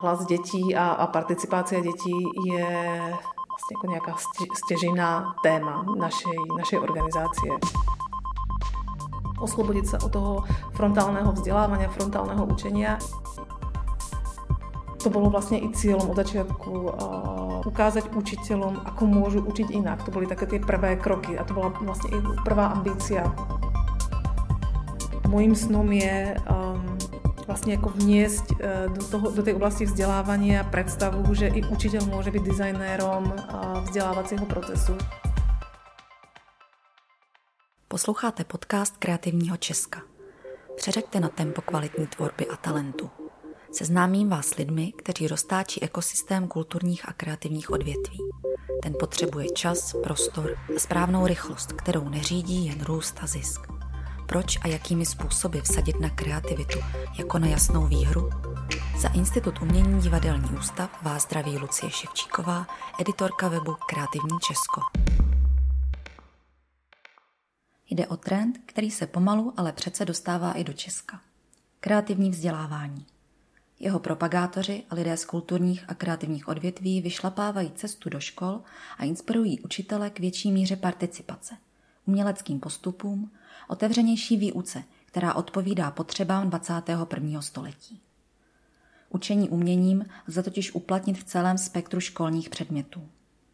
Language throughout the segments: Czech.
Hlas dětí a participace dětí je vlastně jako nějaká stěžejná téma našej organizácie. Oslobodit sa od toho frontálneho vzdelávania, frontálneho učenia. To bolo vlastne i cieľom od začiatku ukázať učiteľom, ako môžu učiť inak. To boli také tie prvé kroky a to bola vlastne i prvá ambícia. Mojím snom je vlastne ako vniesť do tej oblasti vzdelávania predstavu, že i učiteľ môže byť dizajnérom vzdelávacího procesu. Posloucháte podcast Kreativního Česka. Přeřaďte na tempo kvalitní tvorby a talentu. Seznámím vás s lidmi, kteří roztáčí ekosystém kulturních a kreativních odvětví. Ten potřebuje čas, prostor a správnou rychlost, kterou neřídí jen růst a zisk. Proč a jakými způsoby vsadit na kreativitu jako na jasnou výhru? Za Institut umění Divadelní ústav vás zdraví Lucie Ševčíková, editorka webu Kreativní Česko. Jde o trend, který se pomalu, ale přece dostává i do Česka. Kreativní vzdělávání. Jeho propagátoři a lidé z kulturních a kreativních odvětví vyšlapávají cestu do škol a inspirují učitele k větší míře participace, uměleckým postupům, otevřenější výuce, která odpovídá potřebám 21. století. Učení uměním lze totiž uplatnit v celém spektru školních předmětů.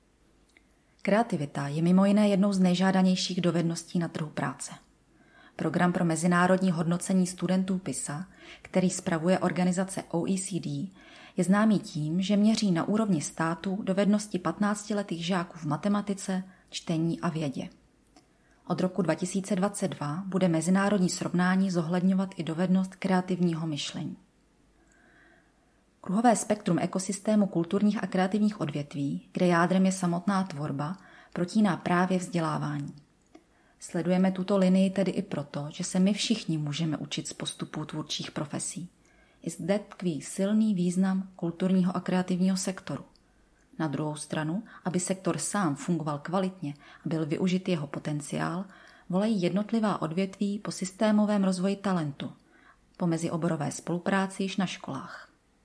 Kreativita je mimo jiné jednou z nejžádanějších dovedností na trhu práce. Program pro mezinárodní hodnocení studentů PISA, který spravuje organizace OECD, je známý tím, že měří na úrovni států dovednosti 15letých žáků v matematice, čtení a vědě. Od roku 2022 bude mezinárodní srovnání zohledňovat i dovednost kreativního myšlení. Kruhové spektrum ekosystému kulturních a kreativních odvětví, kde jádrem je samotná tvorba, protíná právě vzdělávání. Sledujeme tuto linii tedy i proto, že se my všichni můžeme učit z postupů tvůrčích profesí. I zde tkví silný význam kulturního a kreativního sektoru. Na druhou stranu, aby sektor sám fungoval kvalitně a byl využit jeho potenciál, volají jednotlivá odvětví po systémovém rozvoji talentu, po mezioborové spolupráci již na školách.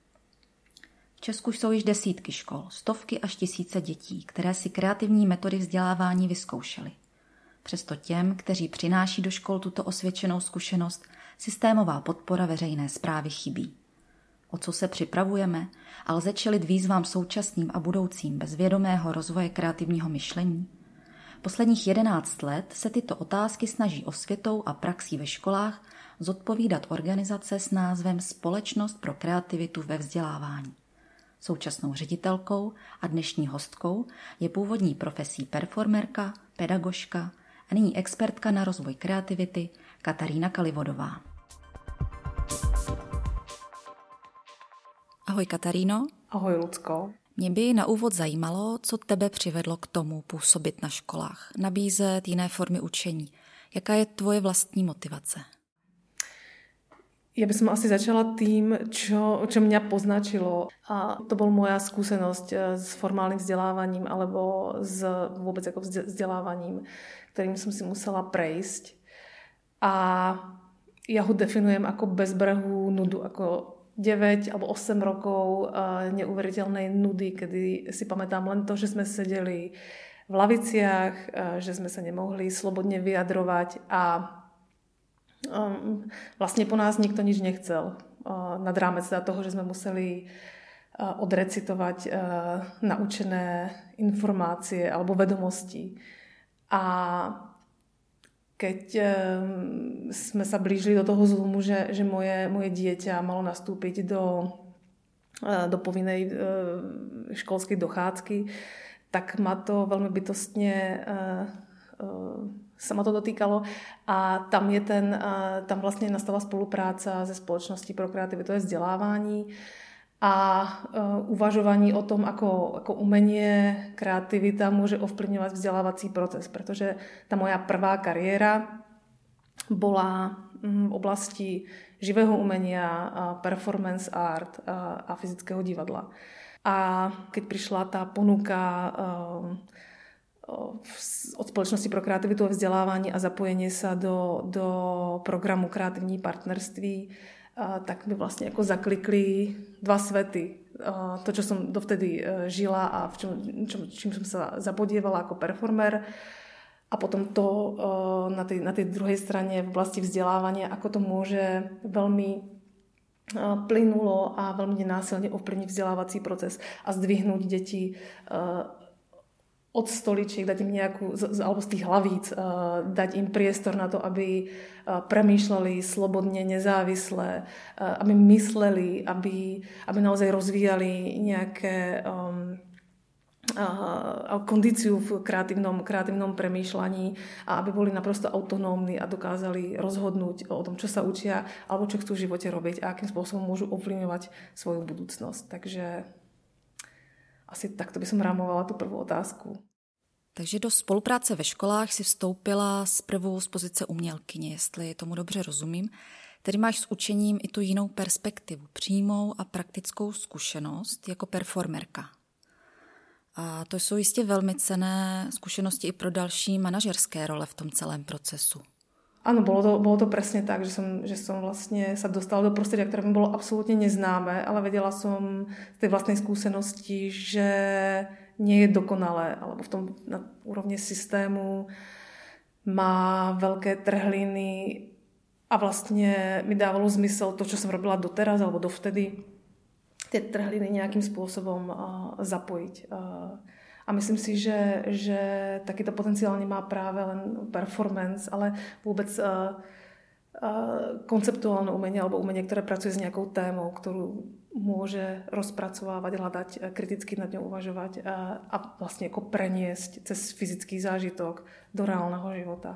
V Česku jsou již desítky škol, stovky až tisíce dětí, které si kreativní metody vzdělávání vyzkoušely. Přesto těm, kteří přináší do škol tuto osvědčenou zkušenost, systémová podpora veřejné správy chybí. O co se připravujeme a lze čelit výzvám současným a budoucím bez vědomého rozvoje kreativního myšlení? Posledních 11 let se tyto otázky snaží osvětou a praxí ve školách zodpovídat organizace s názvem Společnost pro kreativitu ve vzdělávání. Současnou ředitelkou a dnešní hostkou je původní profesí performerka, pedagožka a nyní expertka na rozvoj kreativity Katarína Kalivodová. Ahoj Kataríno. Ahoj Lucko. Mě by na úvod zajímalo, co tebe přivedlo k tomu působit na školách, nabízet jiné formy učení. Jaká je tvoje vlastní motivace? Ja by som asi začala tým, čo mňa poznačilo. A to bol moja skúsenosť s formálnym vzdelávaním alebo s vôbec ako vzdelávaním, ktorým som si musela prejsť. A ja ho definujem ako bezbrehú nudu, ako 9 alebo 8 rokov neuveriteľnej nudy, kedy si pamätám len to, že sme sedeli v laviciach, že sme sa nemohli slobodne vyjadrovať a vlastne po nás nikto nič nechcel. Nad rámec toho, že sme museli odrecitovať naučené informácie alebo vedomosti. A keď sme sa blížili do toho zlomu, že moje dieťa malo nastúpiť do povinnej školskej dochádzky, tak ma to veľmi bytostne sa ma to dotýkalo a tam vlastne nastala spolupráca ze Spoločnosti pro kreativitu a vzdelávání a uvažování o tom, ako umenie, kreativita môže ovplyvňovať vzdelávací proces, pretože tá moja prvá kariéra bola v oblasti živého umenia, performance art a fyzického divadla. A keď prišla tá ponuka od Společnosti pro kreativitu a vzdělávání a zapojenie sa do programu Kreativní partnerství, tak mi vlastne ako zaklikli dva svety. to, čo som dovtedy žila a čím som sa zapodievala ako performer. A potom to na tej druhej strane v oblasti vzdelávania, ako to môže veľmi plynulo a veľmi nenásilne ovplyvniť vzdelávací proces a zdvihnúť deti od stoličiek, dať im nejakú, alebo z tých hlavíc, dať im priestor na to, aby premýšľali slobodne, nezávisle, aby mysleli, aby naozaj rozvíjali nejaké kondíciu v kreatívnom premýšľaní a aby boli naprosto autonómni a dokázali rozhodnúť o tom, čo sa učia alebo čo chcú v živote robiť a akým spôsobom môžu ovplyvňovať svoju budúcnosť. Takže asi takto by som rámovala tu prvú otázku. Takže do spolupráce ve školách si vstoupila zprvu z pozice umělkyně, jestli tomu dobře rozumím. Tedy máš s učením i tu jinou perspektivu, přímou a praktickou zkušenost jako performerka. A to jsou jistě velmi cenné zkušenosti i pro další manažerské role v tom celém procesu. Áno, bolo to presne tak, že som vlastne sa dostala do prostredia, ktoré mi bolo absolútne neznáme, ale vedela som z tej vlastnej skúsenosti, že nie je dokonalé, alebo na úrovni systému má veľké trhliny a vlastne mi dávalo zmysel to, čo som robila doteraz alebo dovtedy, tie trhliny nejakým spôsobom zapojiť. A myslím si, že takýto potenciál nemá práve len performance, ale vôbec konceptuálne umenie alebo umenie, ktoré pracuje s nejakou témou, ktorú môže rozpracovávať, hľadať, kriticky nad ňou uvažovať a vlastne ako preniesť cez fyzický zážitok do reálneho života.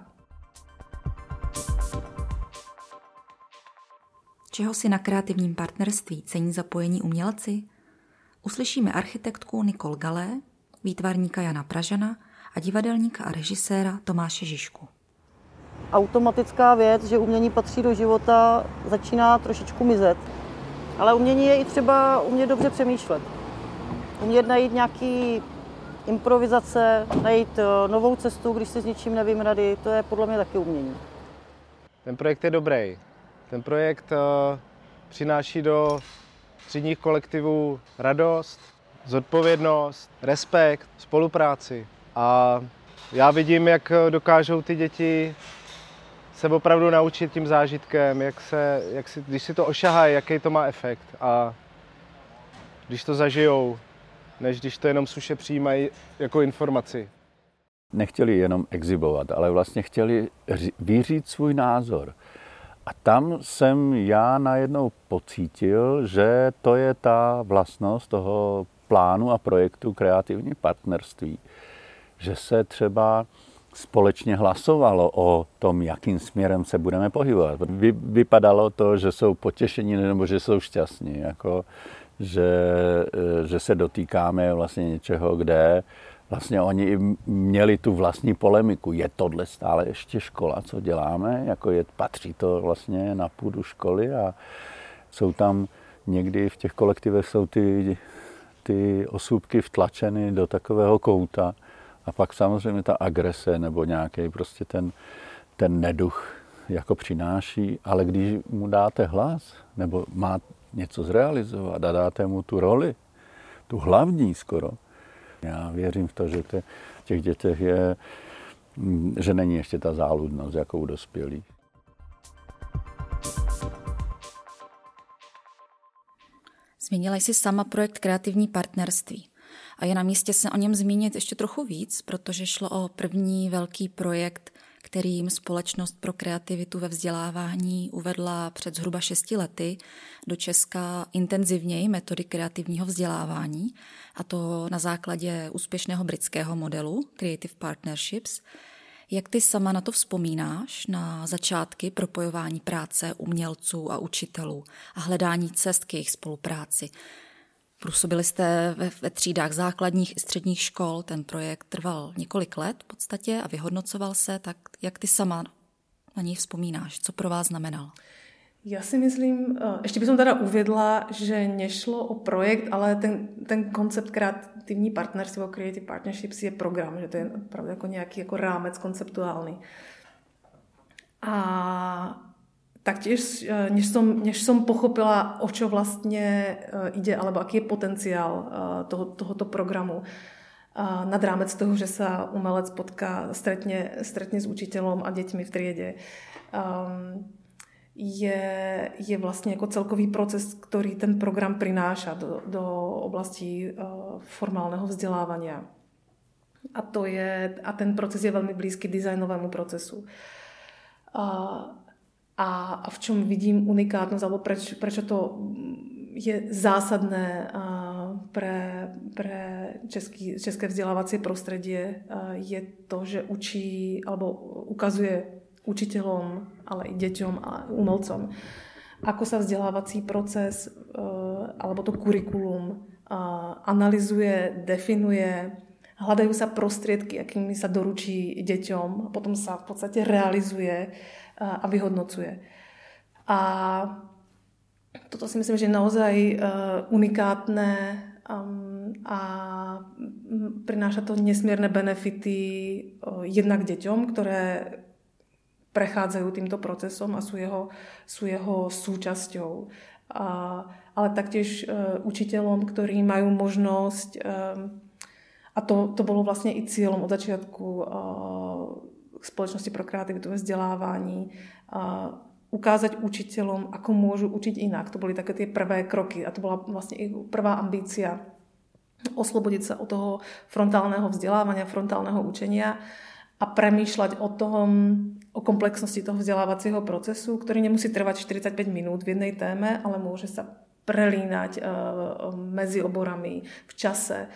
Čeho si na kreativním partnerství cení zapojení umělci? Uslyšíme architektku Nicole Galé, výtvarníka Jana Pražana a divadelníka a režiséra Tomáše Žižku. Automatická věc, že umění patří do života, začíná trošičku mizet. Ale umění je i třeba umět dobře přemýšlet. Umět najít nějaký improvizace, najít novou cestu, když si s něčím nevím rady, to je podle mě taky umění. Ten projekt je dobrý. Ten projekt přináší do třídních kolektivů radost, zodpovědnost, respekt, spolupráci. A já vidím, jak dokážou ty děti se opravdu naučit tím zážitkem, když si to ošahají, jaký to má efekt. A když to zažijou, než když to jenom suše přijímají jako informaci. Nechtěli jenom exhibovat, ale vlastně chtěli vyříct svůj názor. A tam jsem já najednou pocítil, že to je ta vlastnost toho plánu a projektu kreativní partnerství, že se třeba společně hlasovalo o tom, jakým směrem se budeme pohybovat. Vypadalo to, že jsou potěšení nebo že jsou šťastní, jako, že se dotýkáme vlastně něčeho, kde vlastně oni měli tu vlastní polemiku. Je tohle stále ještě škola, co děláme? Jako patří to vlastně na půdu školy a jsou tam někdy v těch kolektivech jsou ty osůbky vtlačeny do takového kouta a pak samozřejmě ta agrese nebo nějaký prostě ten neduch jako přináší, ale když mu dáte hlas nebo má něco zrealizovat a dáte mu tu roli, tu hlavní skoro, já věřím v to, že v těch dětech je, že není ještě ta záludnost jako u dospělých. Zmínila jsi sama projekt Kreativní partnerství. A je na místě se o něm zmínit ještě trochu víc, protože šlo o první velký projekt, kterým Společnost pro kreativitu ve vzdělávání uvedla před zhruba 6 lety do Česka intenzivněji metody kreativního vzdělávání, a to na základě úspěšného britského modelu Creative Partnerships. Jak ty sama na to vzpomínáš, na začátky propojování práce umělců a učitelů a hledání cest k jejich spolupráci? Působili jste ve třídách základních i středních škol, ten projekt trval několik let v podstatě a vyhodnocoval se, tak jak ty sama na něj vzpomínáš, co pro vás znamenal? Ja si myslím, ešte by som teda uviedla, že nešlo o projekt, ale ten koncept kreativní partnerství, Creative Partnerships je program, že to je opravdu jako nějaký jako rámec konceptuálny. A taktiež, než som pochopila, o čo vlastne ide, alebo aký je potenciál tohoto programu, nad rámec toho, že sa umelec stretne s učiteľom a deťmi v triede, je vlastne ako celkový proces, ktorý ten program prináša do oblasti formálneho vzdelávania. A ten proces je veľmi blízky dizajnovému procesu. A v čom vidím unikátnosť, alebo prečo to je zásadné pre české vzdelávacie prostredie, je to, že učí alebo ukazuje učiteľom, ale i deťom a umelcom, ako sa vzdelávací proces alebo to kurikulum analyzuje, definuje, hľadajú sa prostriedky, akými sa doručí deťom, a potom sa v podstate realizuje a vyhodnocuje. A toto si myslím, že je naozaj unikátne a prináša to nesmierne benefity jednak deťom, ktoré prechádzajú týmto procesom a sú jeho súčasťou. Ale taktiež učiteľom, ktorí majú možnosť, a to bolo vlastne i cieľom od začiatku Spoločnosti pro kreativitu ve vzdelávání, ukázať učiteľom, ako môžu učiť inak. To boli také tie prvé kroky a to bola vlastne i prvá ambícia oslobodiť sa od toho frontálneho vzdelávania, frontálneho učenia a premýšľať o komplexnosti toho vzdelávacieho procesu, ktorý nemusí trvať 45 minút v jednej téme, ale môže sa prelínať medzi oborami v čase.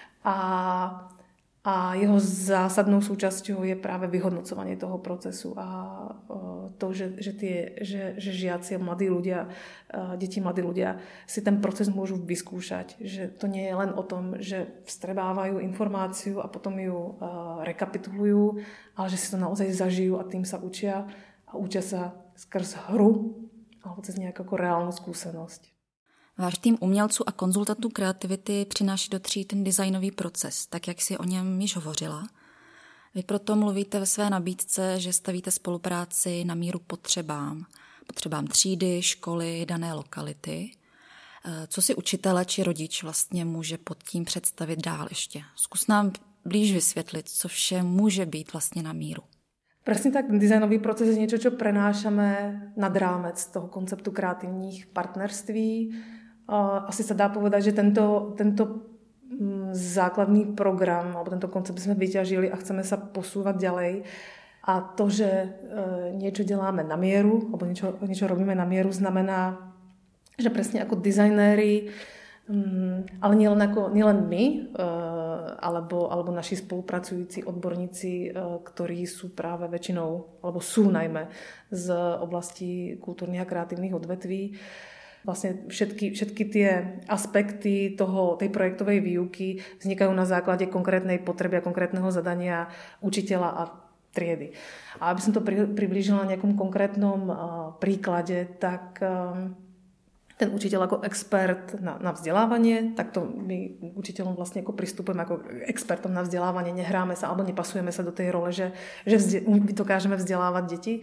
A jeho zásadnou súčasťou je práve vyhodnocovanie toho procesu a to, že žiaci a mladí ľudia, deti, mladí ľudia si ten proces môžu vyskúšať. Že to nie je len o tom, že vstrebávajú informáciu a potom ju rekapitulujú, ale že si to naozaj zažijú a tým sa učia a učia sa skrz hru alebo cez nejakú reálnu skúsenosť. Váš tým umělců a konzultantů kreativity přináší do tří ten designový proces, tak jak si o něm již hovořila. Vy proto mluvíte ve své nabídce, že stavíte spolupráci na míru potřebám třídy, školy, dané lokality. Co si učitele či rodič vlastně může pod tím představit dál ještě? Zkus nám blíž vysvětlit, co vše může být vlastně na míru. Presne tak, designový proces je niečo, čo prenášame nad rámec toho konceptu kreatívnych partnerství. Asi sa dá povedať, že tento základný program alebo tento koncept sme vyťažili a chceme sa posúvať ďalej. A to, že niečo deláme na mieru alebo niečo robíme na mieru, znamená, že presne ako dizajnéri, ale nielen my, alebo naši spolupracujúci odborníci, ktorí sú práve väčšinou, alebo sú najmä z oblasti kultúrnych a kreatívnych odvetví. Vlastne všetky tie aspekty tej projektovej výuky vznikajú na základe konkrétnej potreby a konkrétneho zadania učiteľa a triedy. A aby som to priblížila na nejakom konkrétnom príklade, tak ten učiteľ ako expert na vzdelávanie, tak to my učiteľom vlastne ako pristupujeme ako expertom na vzdelávanie, nehráme sa alebo nepasujeme sa do tej role, že dokážeme vzdelávať deti.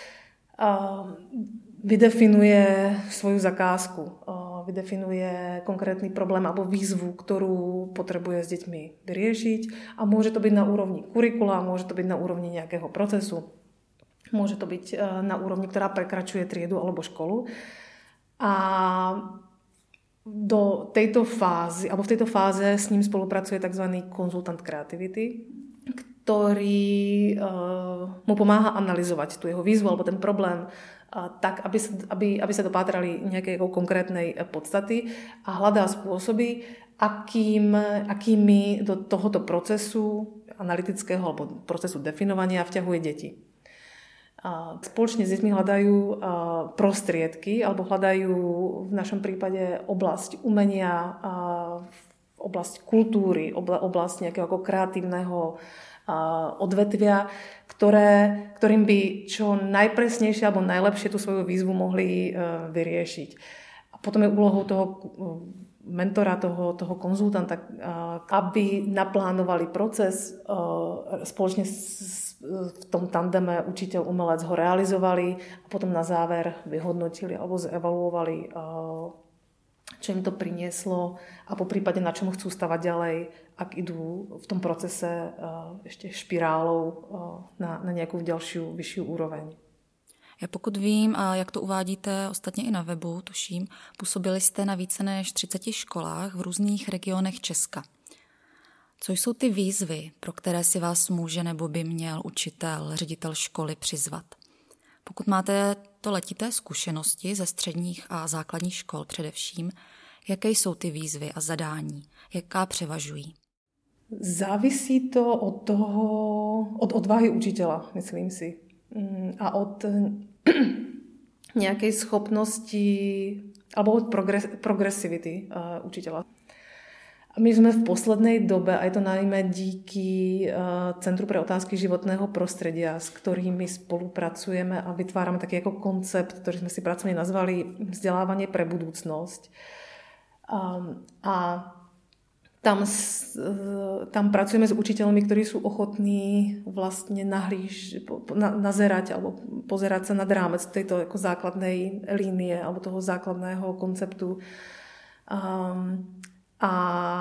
Vydefinuje svoju zakázku, vydefinuje konkrétny problém alebo výzvu, ktorú potrebuje s deťmi vyriešiť a môže to byť na úrovni kurikula, môže to byť na úrovni nejakého procesu, môže to byť na úrovni, ktorá prekračuje triedu alebo školu. A v tejto fáze s ním spolupracuje tzv. Konzultant kreativity, ktorý mu pomáha analyzovať tu jeho výzvu alebo ten problém tak, aby sa dopátrali nejakej konkrétnej podstaty a hľadá spôsoby, akými do tohoto procesu analytického alebo procesu definovania vťahuje deti. Spoločne s deťmi hľadajú prostriedky alebo hľadajú v našom prípade oblasť umenia, oblasť kultúry, oblasť nejakého ako kreatívneho odvetvia, ktorým by čo najpresnejšie alebo najlepšie tú svoju výzvu mohli vyriešiť. A potom je úlohou toho mentora, toho konzultanta, aby naplánovali proces spoločne s v tom tandeme učitel-umelec ho realizovali a potom na záver vyhodnotili alebo zevaluovali, čo im to prinieslo a po prípade na čom chcú stavať ďalej, ak idú v tom procese ešte špirálou na nejakú ďalšiu, vyššiu úroveň. Já pokud vím, a jak to uvádíte ostatně i na webu, tuším, působili jste na více než 30 školách v různých regionech Česka. Co jsou ty výzvy, pro které si vás může nebo by měl učitel, ředitel školy přizvat? Pokud máte to letité zkušenosti ze středních a základních škol především, jaké jsou ty výzvy a zadání? Jaká převažují? Závisí to od odvahy učiteľa, myslím si. A od nejakej schopnosti alebo od progresivity učiteľa. My sme v poslednej dobe, a je to najmä díky Centru pre otázky životného prostredia, s ktorými spolupracujeme a vytvárame taký ako koncept, ktorý sme si pracovne nazvali vzdelávanie pre budúcnosť. A tam pracujeme s učiteľmi, ktorí sú ochotní vlastne nazerať alebo pozerať sa nad rámec tejto ako základnej línie alebo toho základného konceptu a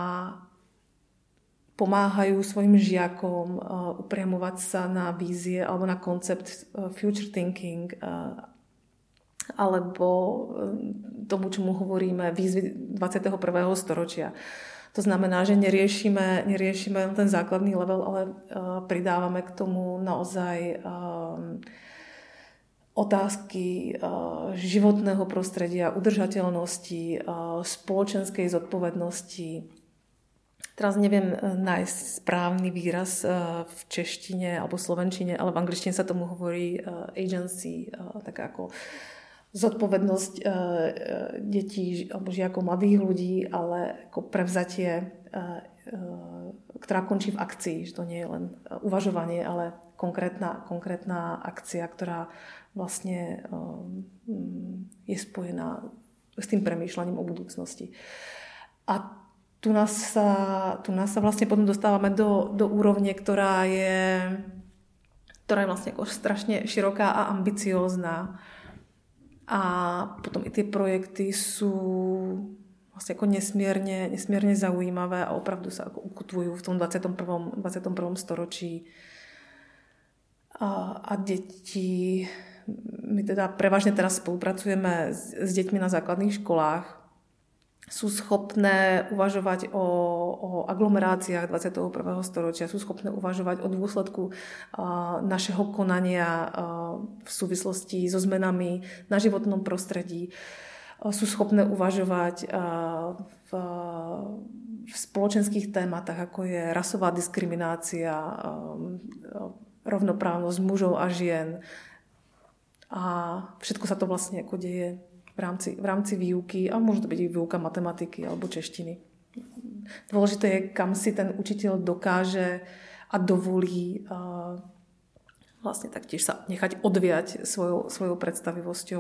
pomáhajú svojim žiakom upriamovať sa na vízie alebo na koncept future thinking alebo tomu, čomu hovoríme výzvy 21. storočia. To znamená, že neriešime ten základný level, ale pridávame k tomu naozaj otázky životného prostredia, udržateľnosti, spoločenskej zodpovednosti. Teraz neviem nájsť správny výraz v češtine alebo slovenčine, ale v angličtine sa tomu hovorí agency, tak ako zodpovednosť detí alebo žiakov, mladých ľudí, ale ako prevzatie, ktorá končí v akcii, že to nie je len uvažovanie, ale konkrétna akcia, ktorá vlastne je spojená s tým premýšľaním o budúcnosti. A tu nás sa vlastne potom dostávame do úrovne, ktorá je vlastne ako strašne široká a ambiciózna. A potom i tie projekty sú vlastne ako nesmierne zaujímavé a opravdu sa ako ukotvujú v tom 21. storočí. A deti, my teda prevažne teraz spolupracujeme s deťmi na základných školách, sú schopné uvažovať o aglomeráciách 21. storočia, sú schopné uvažovať o dôsledku našeho konania v súvislosti so zmenami na životnom prostredí. Sú schopné uvažovať v spoločenských tématach, ako je rasová diskriminácia, rovnoprávnosť mužov a žien. A všetko sa to vlastne ako deje v rámci výuky a môže to byť i výuka matematiky alebo češtiny. Dôležité je, kam si ten učiteľ dokáže a dovolí vlastne taktiež sa nechať odviať svojou predstavivosťou.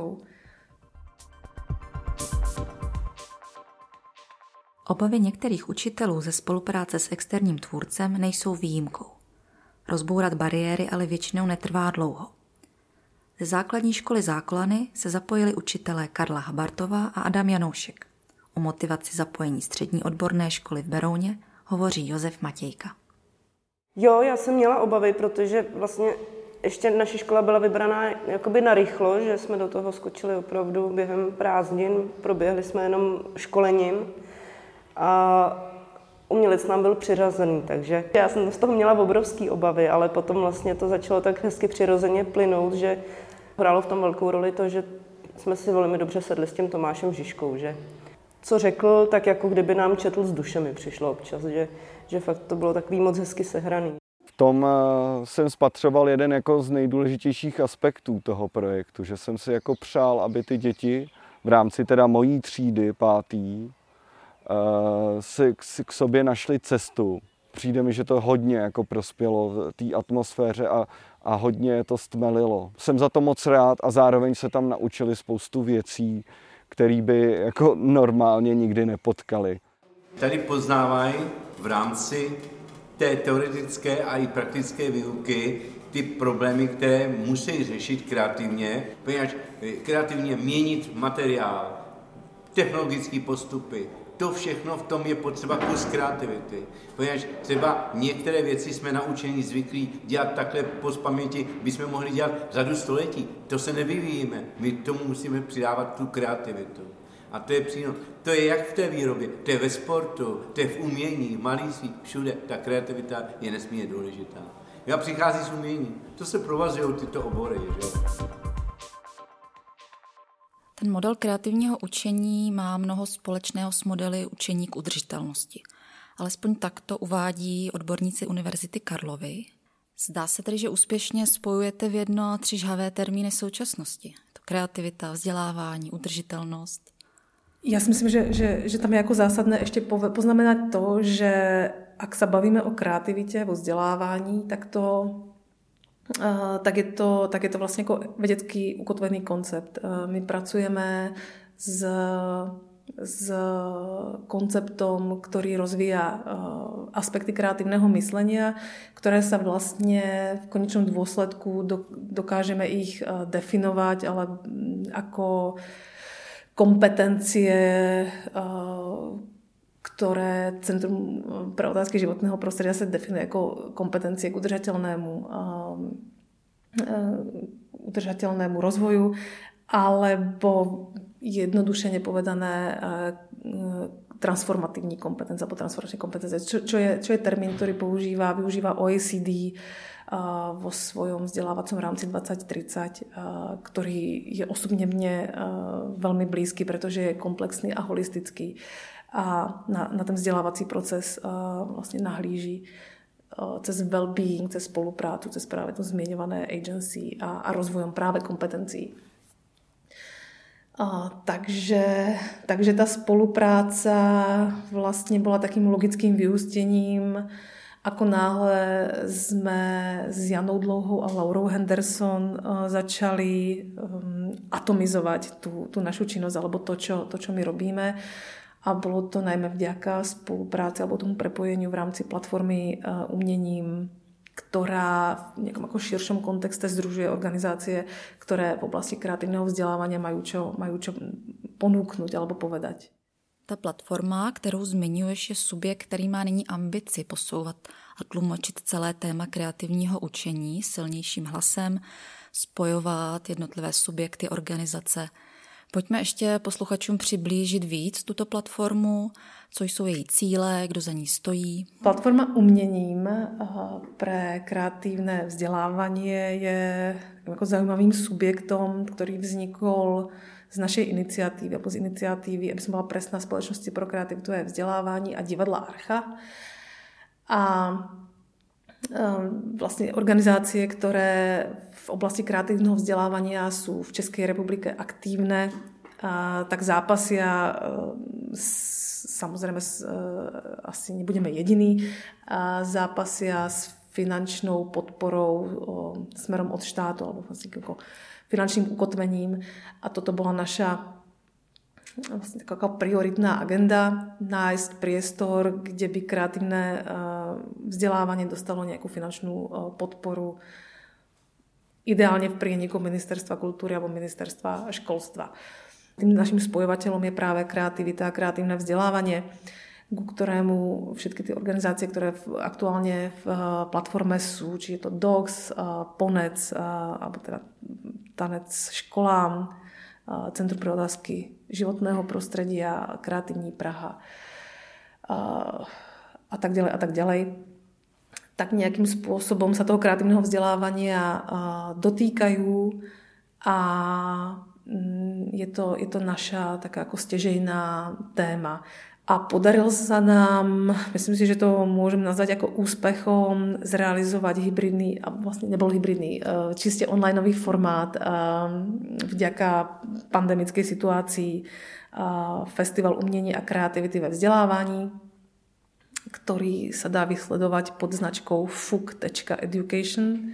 Obavy některých učitelů ze spolupráce s externím tvůrcem nejsou výjimkou. Rozbourat bariéry ale většinou netrvá dlouho. Ze základní školy Zákolany se zapojili učitelé Karla Habartová a Adam Janoušek. O motivaci zapojení střední odborné školy v Berouně hovoří Josef Matějka. Jo, já jsem měla obavy, protože vlastně ještě naše škola byla vybraná jakoby narychlo, že jsme do toho skočili opravdu během prázdnin, proběhli jsme jenom školením a umělec nám byl přiřazený, takže já jsem z toho měla obrovské obavy, ale potom vlastně to začalo tak hezky přirozeně plynout, že hrálo v tom velkou roli to, že jsme si velmi dobře sedli s tím Tomášem Žižkou, že co řekl, tak jako kdyby nám četl s duše, mi přišlo občas, že fakt to bylo takový moc hezky sehraný. V tom jsem spatřoval jeden jako z nejdůležitějších aspektů toho projektu, že jsem si jako přál, aby ty děti v rámci teda mojí třídy pátý si k sobě našli cestu. Přijde mi, že to hodně jako prospělo té atmosféře a hodně to stmelilo. Jsem za to moc rád a zároveň se tam naučili spoustu věcí, které by jako normálně nikdy nepotkali. Tady poznávají v rámci té teoretické a i praktické výuky ty problémy, které musí řešit kreativně, poněvadž kreativně měnit materiál, technologické postupy, to všechno v tom je potřeba kus kreativity. Poněvadž třeba některé věci jsme naučeni, zvyklí dělat takhle po paměti, bychom mohli dělat řadu století. To se nevyvíjíme. My tomu musíme přidávat tu kreativitu. A to je přínos. To je jak v té výrobě, to je ve sportu, to je v umění, v malířství, všude. Ta kreativita je nesmírně důležitá. Já přichází z umění. To se provazují tyto obory. Že? Ten model kreativního učení má mnoho společného s modely učení k udržitelnosti. Alespoň tak to uvádí odborníci Univerzity Karlovy. Zdá se tedy, že úspěšně spojujete v jedno 3 žhavé termíny současnosti. To kreativita, vzdělávání, udržitelnost. Já si myslím, že tam je jako zásadné ještě poznamenat to, že ak sa bavíme o kreativitě, o vzdělávání, tak je to vlastně jako vedecký ukotvený koncept. My pracujeme s konceptom, ktorý rozvíja aspekty kreatívneho myslenia, ktoré sa vlastne v konečnom dôsledku dokážeme ich definovať, ale ako kompetencie, ktoré Centrum pre otázky životného prostredia sa definuje ako kompetencie k udržateľnému rozvoju, alebo jednodušene povedané transformatívní kompetence alebo transformačné kompetence, čo je termín, ktorý využíva OECD vo svojom vzdelávacom rámci 2030, ktorý je osobne mne veľmi blízky, pretože je komplexný a holistický a na ten vzdelávací proces vlastne nahlíží cez well-being, cez spoluprácu, cez práve to zmieňované agency a rozvojom práve kompetencií. Takže tá spolupráca vlastne bola takým logickým vyústením, ako náhle sme s Janou Dlouhou a Laurou Henderson začali atomizovať tú našu činnosť alebo to, čo my robíme. A bolo to najmä vďaka spolupráci alebo tomu prepojeniu v rámci platformy Uměním, ktorá v nejakom ako širšom kontexte združuje organizácie, ktoré v oblasti kreatívneho vzdelávania majú čo ponúknuť alebo povedať. Ta platforma, kterou zmiňuješ, je subjekt, který má nyní ambici posouvat a tlumočit celé téma kreativního učení silnějším hlasem, spojovat jednotlivé subjekty, organizace. Pojďme ještě posluchačům přiblížit víc tuto platformu, co jsou její cíle, kdo za ní stojí. Platforma Uměním pre kreatívne vzdelávanie je jako zaujímavým subjektom, ktorý vznikol z našej iniciatívy, alebo z iniciatívy, aby som bola presná, Společnosti pro kreativitu a vzdelávání a divadla Archa. A vlastne organizácie, ktoré v oblasti kreatívneho vzdelávania sú v Českej republike aktívne, tak zápasia, samozrejme asi nebudeme jediní, zápasia s finančnou podporou smerom od štátu alebo vlastne ako finančným ukotvením. A toto bola naša vlastne taká prioritná agenda, nájsť priestor, kde by kreatívne vzdelávanie dostalo nejakú finančnú podporu, ideálne v prieniku Ministerstva kultúry alebo Ministerstva školstva. Tým našim spojovateľom je práve kreativita a kreatívne vzdelávanie, ku ktorému všetky tie organizácie, ktoré aktuálne v platforme sú, či je to DOX, Ponec, alebo teda Tanec školám, Centrum pre otázky životného prostredia, Kreatívní Praha a tak ďalej, tak nejakým spôsobom sa toho kreatívneho vzdelávania dotýkajú a je to naša taká ako stežejná téma. A podarilo sa nám, myslím si, že to môžem nazvať ako úspechom, zrealizovať hybridný, a vlastne nebol hybridný, čiste onlineový formát vďaka pandemickej situácii, Festival umění a kreativity ve vzdelávání, ktorý sa dá vysledovať pod značkou fuk.education.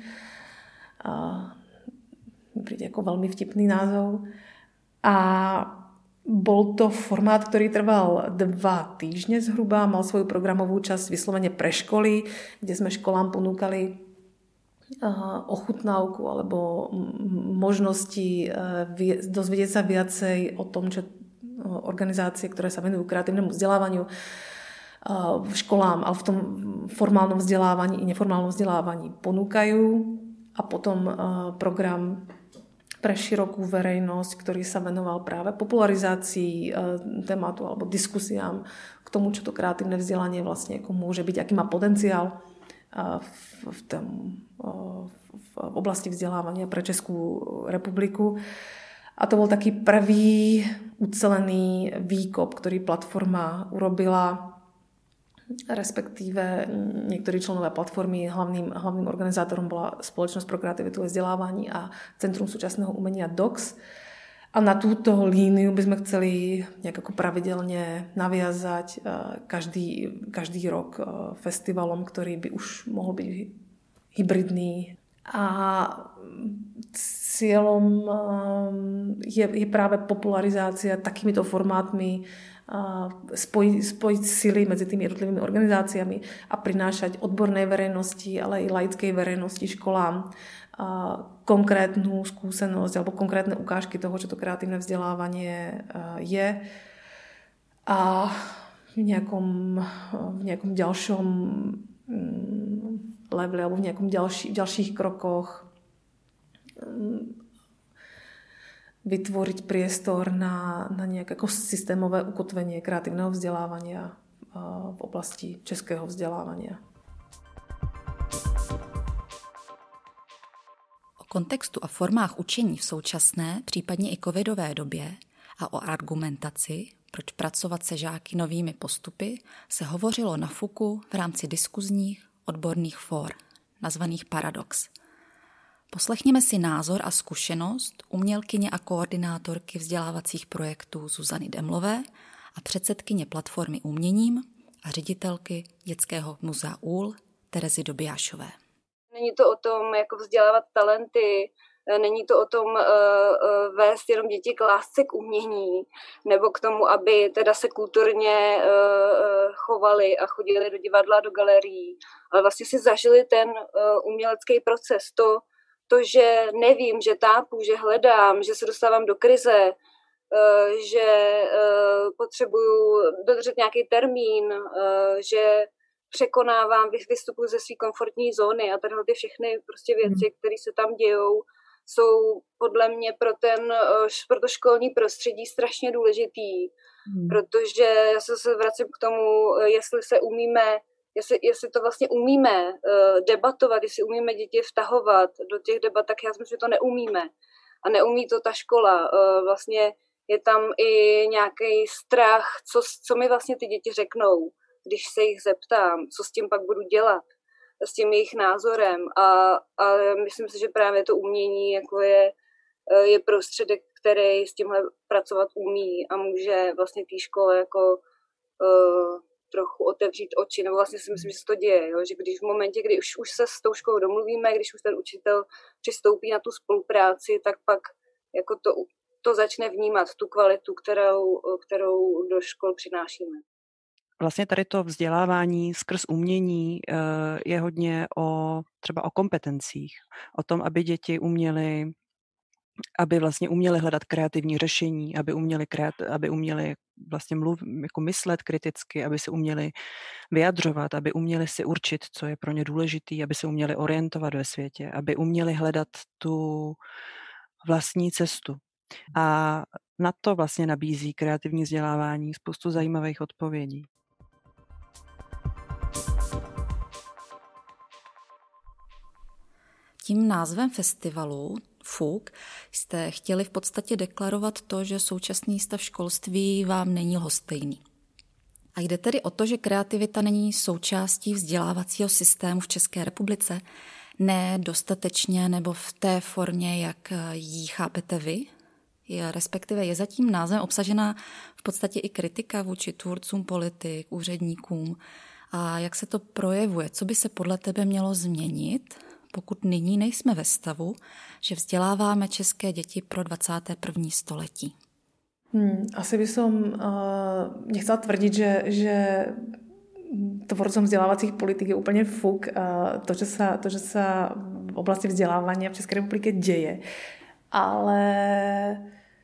Príde ako veľmi vtipný názov. A bol to formát, ktorý trval 2 týždne zhruba, mal svoju programovú časť vyslovene pre školy, kde sme školám ponúkali ochutnávku alebo možnosti dozvedieť sa viacej o tom, čo organizácie, ktoré sa venujú kreatívnemu vzdelávaniu v školám, ale v tom formálnom vzdelávaní i neformálnom vzdelávaní ponúkajú, a potom program pre širokú verejnosť, ktorý sa venoval práve popularizácii tématu alebo diskusiám k tomu, čo to kreatívne vzdelanie vlastne ako môže byť, aký má potenciál v oblasti vzdelávania pre Českú republiku. A to bol taký prvý ucelený výkop, ktorý platforma urobila, respektíve niektorí členovia platformy. Hlavným organizátorom bola Spoločnosť pro kreativitu a vzdelávání a Centrum súčasného umenia DOX. A na túto líniu by sme chceli nejak ako pravidelne naviazať každý rok festivalom, ktorý by už mohol byť hybridný. A cieľom je práve popularizácia takýmito formátmi, spojiť sily medzi tými jednotlivými organizáciami a prinášať odbornej verejnosti, ale i laickej verejnosti, školám konkrétnu skúsenosť alebo konkrétne ukážky toho, čo to kreatívne vzdelávanie je. A v nejakom ďalšom leveli alebo v nejakom ďalších krokoch vytvoriť priestor na nejaké systémové ukotvenie kreatívneho vzdelávania v oblasti českého vzdelávania. O kontextu a formách učení v současné, případně i covidové době a o argumentaci, proč pracovat se žáky novými postupy, se hovořilo na FUKu v rámci diskuzních odborných fór, nazvaných Paradox. Poslechněme si názor a zkušenost umělkyně a koordinátorky vzdělávacích projektů Zuzany Demlové a předsedkyně platformy Uměním a ředitelky Dětského muzea ÚL Terezy Dobijášové. Není to o tom, jako vzdělávat talenty, není to o tom vést jenom děti k lásce k umění, nebo k tomu, aby teda se kulturně chovali a chodili do divadla, do galerií, ale vlastně si zažili ten umělecký proces, to, že nevím, že tápu, že hledám, že se dostávám do krize, že potřebuju dodržet nějaký termín, že překonávám, vystupuji ze své komfortní zóny a tyhle ty všechny prostě věci, které se tam dějou, jsou podle mě pro to školní prostředí strašně důležitý, protože já se vracím k tomu, jestli to vlastně umíme debatovat, jestli umíme děti vtahovat do těch debat, tak já myslím, že to neumíme. A neumí to ta škola. Vlastně je tam i nějaký strach, co mi vlastně ty děti řeknou, když se jich zeptám, co s tím pak budu dělat, s tím jejich názorem. A myslím si, že právě to umění jako je prostředek, který s tímhle pracovat umí a může vlastně té škole jako trochu otevřít oči, nebo vlastně si myslím, že se to děje, jo? Že když v momentě, kdy už se s tou školou domluvíme, když už ten učitel přistoupí na tu spolupráci, tak pak jako to začne vnímat, tu kvalitu, kterou do škol přinášíme. Vlastně tady to vzdělávání skrz umění je hodně třeba o kompetencích, o tom, aby děti vlastně uměli hledat kreativní řešení, aby uměli vlastně jako myslet kriticky, aby se uměli vyjadřovat, aby uměli si určit, co je pro ně důležitý, aby se uměli orientovat ve světě, aby uměli hledat tu vlastní cestu. A na to vlastně nabízí kreativní vzdělávání spoustu zajímavých odpovědí. Tím názvem festivalu FUK jste chtěli v podstatě deklarovat to, že současný stav školství vám není lhostejný. A jde tedy o to, že kreativita není součástí vzdělávacího systému v České republice, ne dostatečně nebo v té formě, jak ji chápete vy? Respektive je za tím názvem obsažená v podstatě i kritika vůči tvůrcům politik, úředníkům. A jak se to projevuje? Co by se podle tebe mělo změnit, pokud nyní nejsme ve stavu, že vzděláváme české děti pro 21. století? Asi by som nechcela tvrdiť, že tvorcom vzdelávacích politik je úplne fuk. To, že sa v oblasti vzdělávání v České republice děje. Ale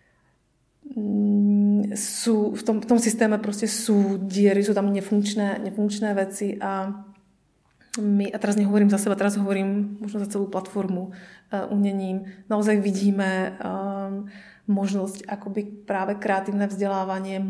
v tom systéme prostě sú diery, sú tam nefunkčné veci a teraz nehovorím za seba, teraz hovorím možno za celou platformu uměním. Naozaj vidíme možnosť, ako by práve kreatívne vzdelávanie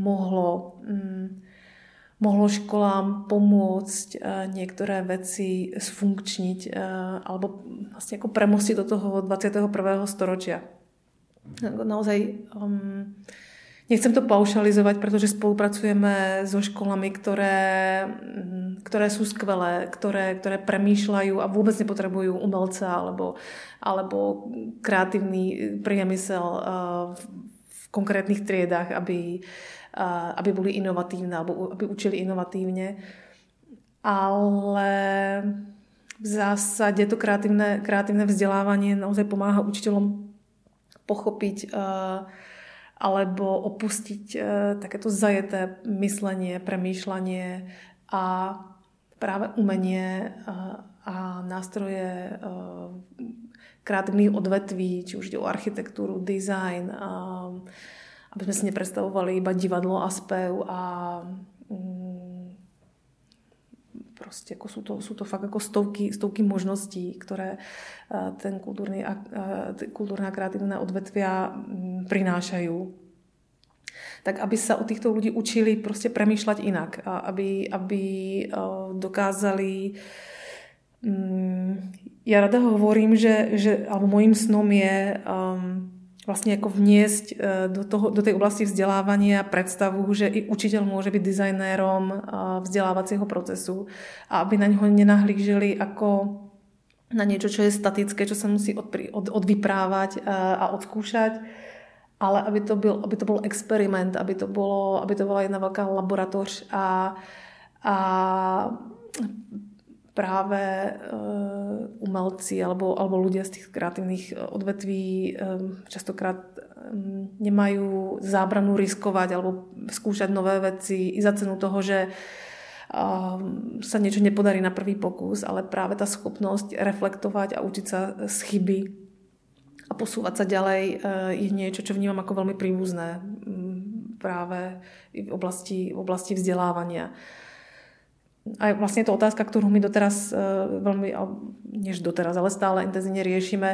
mohlo školám pomôcť niektoré veci sfunkčniť alebo vlastne ako premostiť do toho 21. storočia. Naozaj nechcem to paušalizovať, pretože spolupracujeme so školami, ktoré sú skvelé, ktoré premýšľajú a vôbec nepotrebujú umelca alebo kreatívny priemysel v konkrétnych triedách, aby boli inovatívne alebo aby učili inovatívne. Ale v zásade to kreatívne vzdelávanie naozaj pomáha učiteľom pochopiť alebo opustiť takéto zajeté myslenie, premýšľanie a práve umenie a nástroje kreatívnych odvetví, či už ide o architektúru, design, aby sme si nepredstavovali iba divadlo a spev a proste ako sú to fakt ako stovky možností, ktoré ten kultúrne a kreatívne odvetvia prinášajú. Tak aby sa od týchto ľudí učili proste premýšľať inak. Aby dokázali... Ja rada hovorím, že alebo môjim snom je vlastne ako vniesť do tej oblasti vzdelávania predstavu, že i učiteľ môže byť dizajnérom vzdelávacieho procesu a aby na ňo nenahlíželi ako na niečo, čo je statické, čo sa musí odvyprávať a odskúšať, ale aby to bol experiment, aby to bola jedna veľká laboratoř a práve umelci alebo ľudia z tých kreatívnych odvetví častokrát nemajú zábranu riskovať alebo skúšať nové veci i za cenu toho, že sa niečo nepodarí na prvý pokus, ale práve tá schopnosť reflektovať a učiť sa z chyby a posúvať sa ďalej je niečo, čo vnímam ako veľmi príbuzné práve v oblasti vzdelávania. A vlastne je to otázka, ktorú my doteraz veľmi, než doteraz, ale stále intenzívne riešime,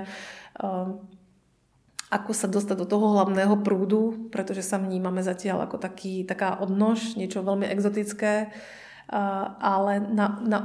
ako sa dostať do toho hlavného prúdu, pretože sa vnímame zatiaľ ako taká odnož, niečo veľmi exotické, ale na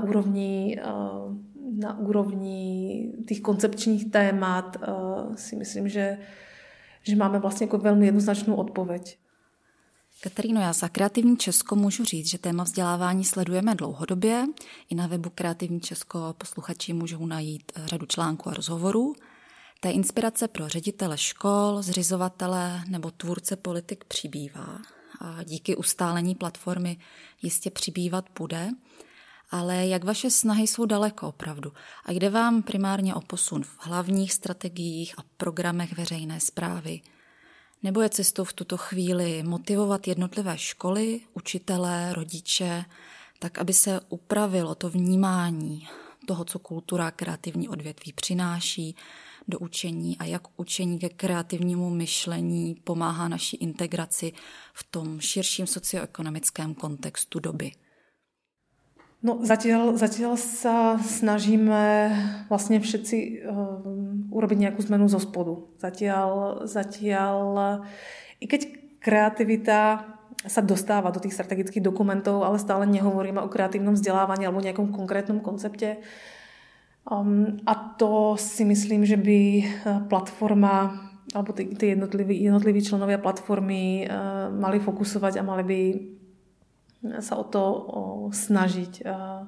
úrovni tých koncepčních témat si myslím, že máme vlastne ako veľmi jednoznačnú odpoveď. Kataríno, já za Kreativní Česko můžu říct, že téma vzdělávání sledujeme dlouhodobě. I na webu Kreativní Česko posluchači můžou najít řadu článků a rozhovorů. Té inspirace pro ředitele škol, zřizovatele nebo tvůrce politik přibývá. A díky ustálení platformy jistě přibývat bude. Ale jak vaše snahy jsou daleko opravdu? A jde vám primárně o posun v hlavních strategiích a programech veřejné správy? Nebo je cestou v tuto chvíli motivovat jednotlivé školy, učitele, rodiče, tak aby se upravilo to vnímání toho, co kultura a kreativní odvětví přináší do učení a jak učení ke kreativnímu myšlení pomáhá naší integraci v tom širším socioekonomickém kontextu doby? No, zatiaľ sa snažíme vlastne všetci urobiť nejakú zmenu zo spodu. Zatiaľ i keď kreativita sa dostáva do tých strategických dokumentov, ale stále nehovoríme o kreatívnom vzdelávaní alebo nejakom konkrétnom koncepte. A to si myslím, že by platforma alebo tí jednotliví členovia platformy mali fokusovať a mali by sa o to snažiť,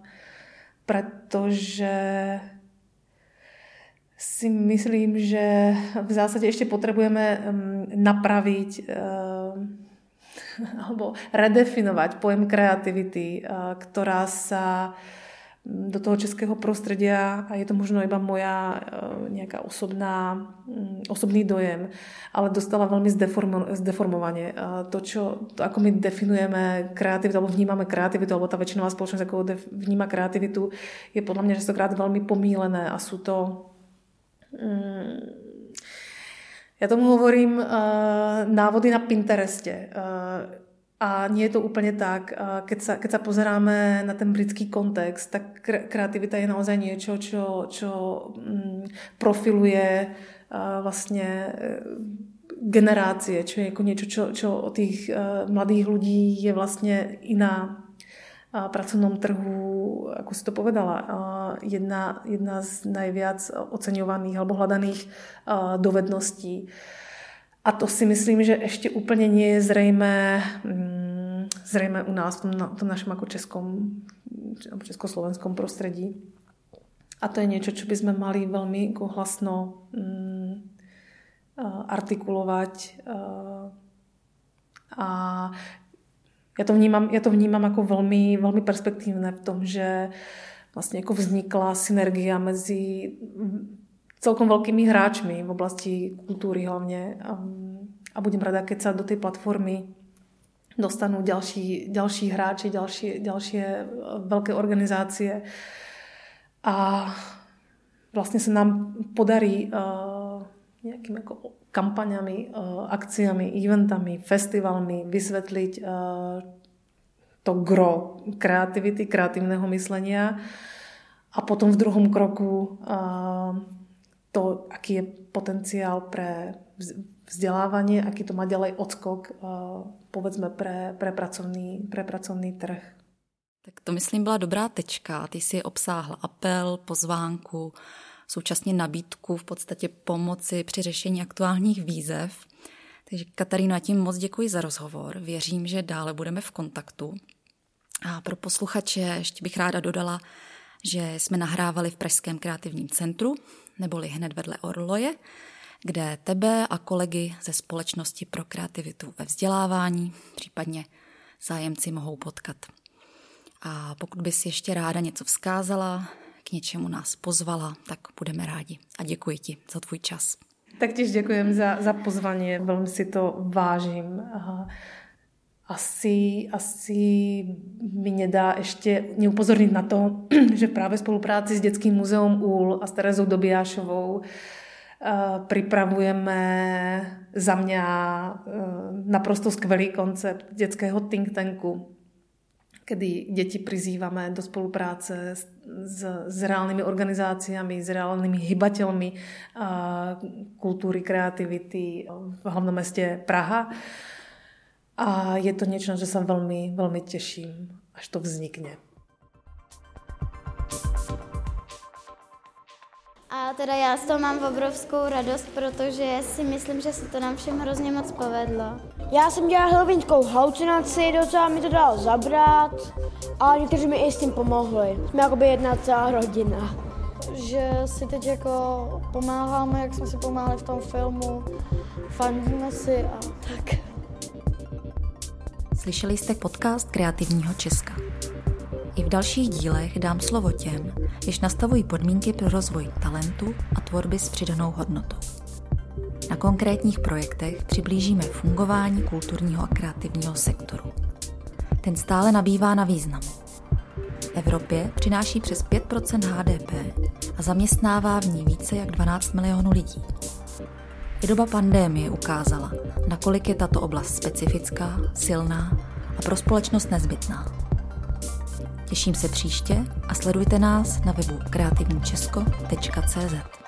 pretože si myslím, že v zásade ešte potrebujeme napraviť alebo redefinovať pojem kreativity, ktorá sa do toho českého prostredia, a je to možno iba moja nejaká osobný dojem, ale dostala veľmi zdeformovanie. To, ako my definujeme kreativitu, alebo vnímame kreativitu, alebo tá väčšinová spoločnosť, ako vníma kreativitu, je podľa mňa častokrát veľmi pomílené a sú to Ja tomu hovorím návody na Pintereste. A nie je to úplne tak. Keď sa pozeráme na ten britský kontext, tak kreativita je naozaj niečo, čo profiluje vlastne generácie, čo je ako niečo, čo od tých mladých ľudí je vlastne iná pracovnom trhu, ako si to povedala, jedna z najviac oceňovaných alebo hľadaných dovedností. A to si myslím, že ešte úplne nie je zrejme u nás v tom našom ako československom prostredí. A to je niečo, čo by sme mali veľmi hlasno artikulovať. A ja to vnímam ako veľmi, veľmi perspektívne v tom, že vlastne ako vznikla synergia medzi celkom veľkými hráčmi v oblasti kultúry hlavne. A budem rada, keď sa do tej platformy dostanú ďalší hráči, ďalšie veľké organizácie. A vlastne sa nám podarí nejakými ako kampaňami, akciami, eventami, festivalmi vysvetliť to gro kreativity, kreatívneho myslenia. A potom v druhom kroku to, aký je potenciál pre vzdelávanie, aký to má ďalej odskok, povedzme, pre pracovný trh. Tak to, myslím, byla dobrá tečka. Ty si obsáhla apel, pozvánku, současně nabídku v podstatě pomoci při řešení aktuálních výzev. Takže Kataríno, já tím moc děkuji za rozhovor. Věřím, že dále budeme v kontaktu. A pro posluchače ještě bych ráda dodala, že jsme nahrávali v Pražském kreativním centru, neboli hned vedle Orloje, kde tebe a kolegy ze Společnosti pro kreativitu ve vzdělávání, případně zájemci, mohou potkat. A pokud bys ještě ráda něco vzkázala, k něčemu nás pozvala, tak budeme rádi. A děkuji ti za tvůj čas. Taktiež ďakujem za pozvanie, veľmi si to vážim. Asi mi nedá ešte neupozorniť na to, že práve v spolupráci s Detským múzeom Úl a s Terezou Dobijášovou pripravujeme za mňa naprosto skvelý koncept detského think tanku, kedy deti prizývame do spolupráce s reálnymi organizáciami, s reálnymi hybateľmi kultúry, kreativity v hlavnom meste Praha. A je to niečo, na čo sa veľmi, veľmi teším, až to vznikne. A teda já z toho mám obrovskou radost, protože si myslím, že se to nám všem hrozně moc povedlo. Já jsem dělala hlovinskou halucinaci, docela mi to dalo zabrat a někteří mi i s tím pomohli. Jsme jakoby jedna celá rodina. Že si teď jako pomáháme, jak jsme si pomáhali v tom filmu, fandíme si a tak. Slyšeli jste podcast Kreativního Česka. I v dalších dílech dám slovo těm, jež nastavují podmínky pro rozvoj talentu a tvorby s přidanou hodnotou. Na konkrétních projektech přiblížíme fungování kulturního a kreativního sektoru. Ten stále nabývá na významu. V Evropě přináší přes 5% HDP a zaměstnává v ní více jak 12 milionů lidí. I doba pandémie ukázala, nakolik je tato oblast specifická, silná a pro společnost nezbytná. Těším se příště a sledujte nás na webu kreativničesko.cz.